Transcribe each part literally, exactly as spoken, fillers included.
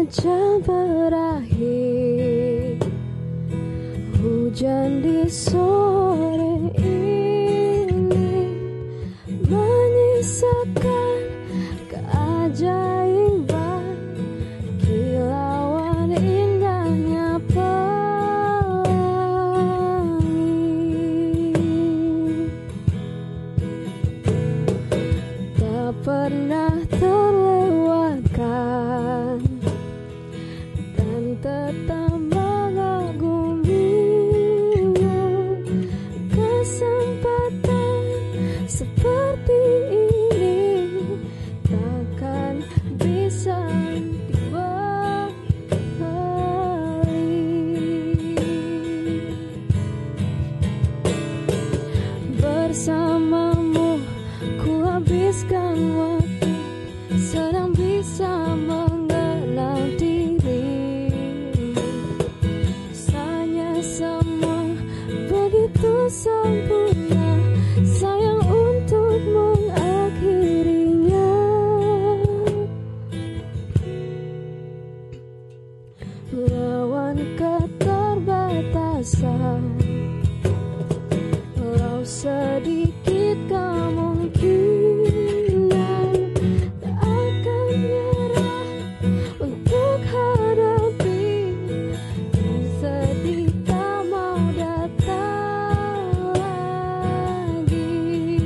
saja berakhir. Hujan di sore ini menyisakan keajaiban, kilauan indahnya pelangi. Tak pernah terlewatkan dan tetap mengagumimu. Kesempatan seperti ini takkan bisa dibeli. Bersamamu ku habiskan waktu, sedang bisa mengenal dirimu. Rasanya semua begitu sempurna, sayang untuk mengakhirinya. Lawan keterbatasan, walau sedikit kemungkinan, tak akan nyerah untuk hadapi. Sedih tak mau datang lagi.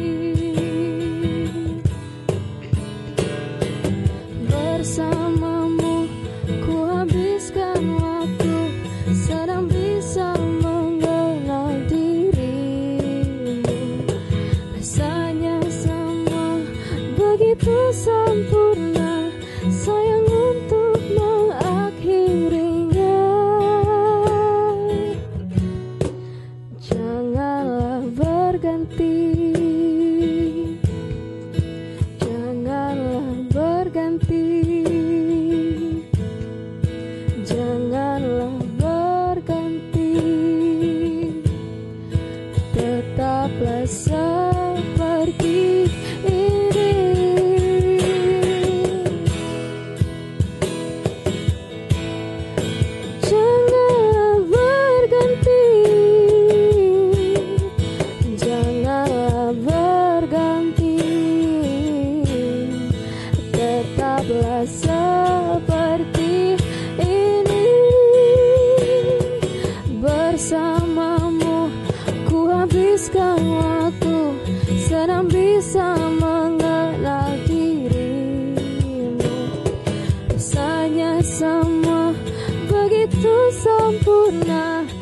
Bersamamu ku habiskan waktu, sedang bisa mengenal dirimu. Rasanya semua begitu sempurna, sayang untuk mengakhirinya. Janganlah berganti, janganlah berganti, janganlah berganti. Tetaplah seperti ini. Janganlah berganti, janganlah berganti. Tetaplah seperti ini. Bersamamu ku habiskan waktu, sedang bisa mengenal dirimu. Rasanya semua begitu sempurna,